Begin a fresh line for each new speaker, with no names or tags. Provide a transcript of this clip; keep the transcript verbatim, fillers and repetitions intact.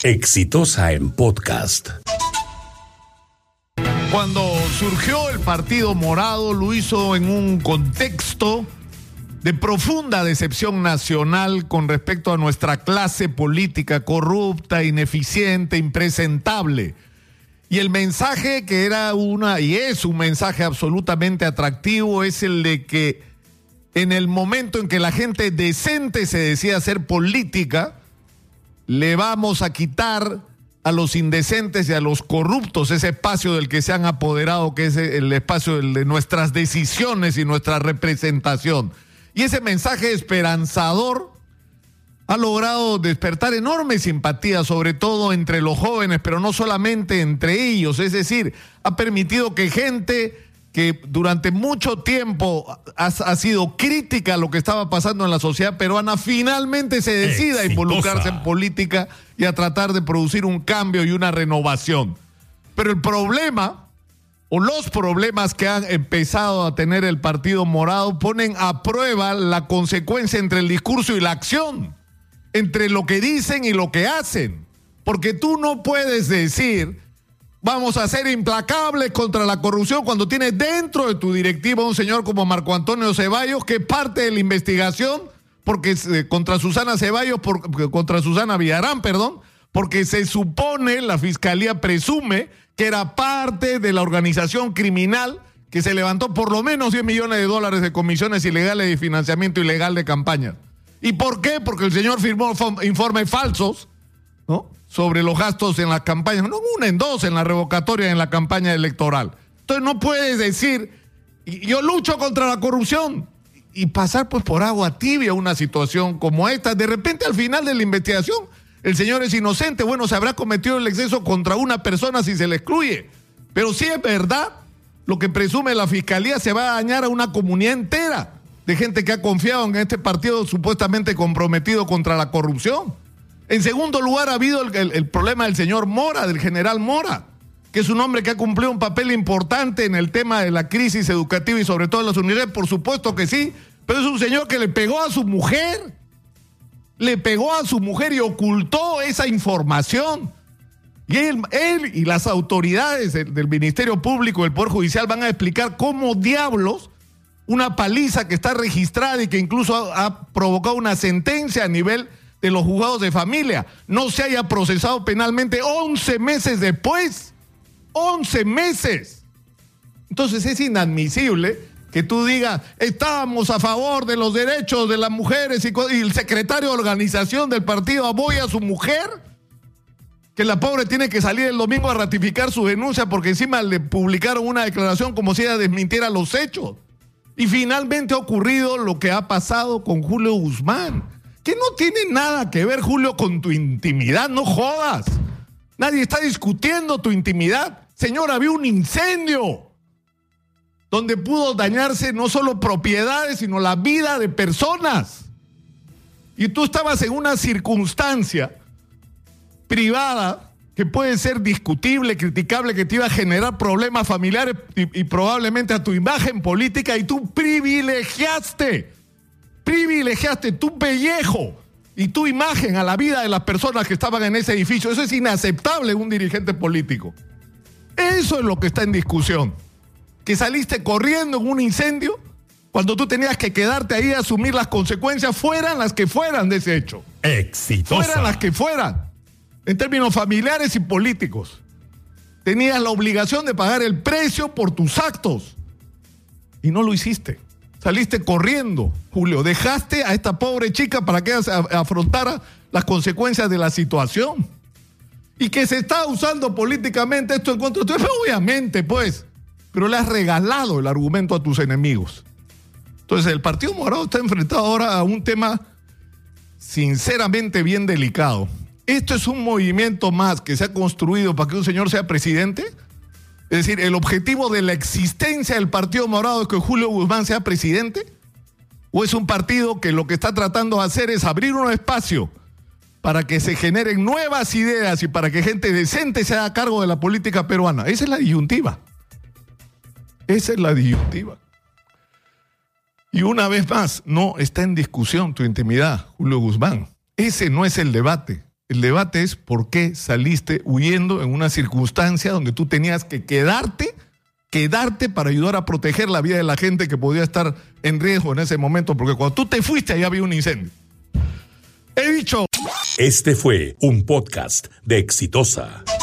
Exitosa en podcast.
Cuando surgió el Partido Morado, lo hizo en un contexto de profunda decepción nacional con respecto a nuestra clase política corrupta, ineficiente, impresentable. Y el mensaje que era una, y es un mensaje absolutamente atractivo, es el de que en el momento en que la gente decente se decida hacer política, le vamos a quitar a los indecentes y a los corruptos ese espacio del que se han apoderado, que es el espacio de nuestras decisiones y nuestra representación. Y ese mensaje esperanzador ha logrado despertar enorme simpatía, sobre todo entre los jóvenes, pero no solamente entre ellos. Es decir, ha permitido que gente que durante mucho tiempo ha, ha sido crítica a lo que estaba pasando en la sociedad peruana, finalmente se decida a involucrarse en política y a tratar de producir un cambio y una renovación. Pero el problema, o los problemas que han empezado a tener el Partido Morado, ponen a prueba la consecuencia entre el discurso y la acción, entre lo que dicen y lo que hacen. Porque tú no puedes decir: vamos a ser implacables contra la corrupción, cuando tienes dentro de tu directiva un señor como Marco Antonio Ceballos, que es parte de la investigación porque eh, contra Susana Ceballos, por, contra Susana Villarán, perdón, porque se supone, la fiscalía presume, que era parte de la organización criminal que se levantó por lo menos diez millones de dólares de comisiones ilegales y financiamiento ilegal de campañas. ¿Y por qué? Porque el señor firmó informes falsos, ¿no?, sobre los gastos en las campañas, no en una, en dos, en la revocatoria, en la campaña electoral. Entonces no puedes decir: yo lucho contra la corrupción, y pasar pues por agua tibia una situación como esta. De repente, al final de la investigación, el señor es inocente. Bueno, se habrá cometido el exceso contra una persona si se le excluye. Pero si es verdad lo que presume la fiscalía, se va a dañar a una comunidad entera de gente que ha confiado en este partido supuestamente comprometido contra la corrupción. En segundo lugar, ha habido el, el, el problema del señor Mora, del general Mora, que es un hombre que ha cumplido un papel importante en el tema de la crisis educativa y sobre todo en las universidades, por supuesto que sí, pero es un señor que le pegó a su mujer, le pegó a su mujer y ocultó esa información. Y él, él y las autoridades del, del Ministerio Público, del Poder Judicial, van a explicar cómo diablos una paliza que está registrada y que incluso ha, ha provocado una sentencia a nivel de los juzgados de familia, no se haya procesado penalmente once meses después. once meses. Entonces es inadmisible que tú digas: estábamos a favor de los derechos de las mujeres, y, y el secretario de organización del partido apoya a su mujer, que la pobre tiene que salir el domingo a ratificar su denuncia porque encima le publicaron una declaración como si ella desmintiera los hechos. Y finalmente ha ocurrido lo que ha pasado con Julio Guzmán, que no tiene nada que ver, Julio, con tu intimidad. No jodas. Nadie está discutiendo tu intimidad. Señor, había un incendio donde pudo dañarse no solo propiedades, sino la vida de personas. Y tú estabas en una circunstancia privada que puede ser discutible, criticable, que te iba a generar problemas familiares y, y probablemente a tu imagen política, y tú privilegiaste privilegiaste tu pellejo y tu imagen a la vida de las personas que estaban en ese edificio. Eso es inaceptable en un dirigente político. Eso es lo que está en discusión. Que saliste corriendo en un incendio cuando tú tenías que quedarte ahí a asumir las consecuencias, fueran las que fueran de ese hecho.
Exitosa.
Fueran las que fueran, en términos familiares y políticos. Tenías la obligación de pagar el precio por tus actos y no lo hiciste. Saliste corriendo, Julio. Dejaste a esta pobre chica para que afrontara las consecuencias de la situación. Y que se está usando políticamente esto en contra de ti, obviamente, pues. Pero le has regalado el argumento a tus enemigos. Entonces, el Partido Morado está enfrentado ahora a un tema sinceramente bien delicado. ¿Esto es un movimiento más que se ha construido para que un señor sea presidente? Es decir, ¿el objetivo de la existencia del Partido Morado es que Julio Guzmán sea presidente? ¿O es un partido que lo que está tratando de hacer es abrir un espacio para que se generen nuevas ideas y para que gente decente se haga cargo de la política peruana? Esa es la disyuntiva. Esa es la disyuntiva. Y una vez más, no está en discusión tu intimidad, Julio Guzmán. Ese no es el debate. El debate es por qué saliste huyendo en una circunstancia donde tú tenías que quedarte, quedarte para ayudar a proteger la vida de la gente que podía estar en riesgo en ese momento, porque cuando tú te fuiste allá había un incendio. He dicho.
Este fue un podcast de Exitosa.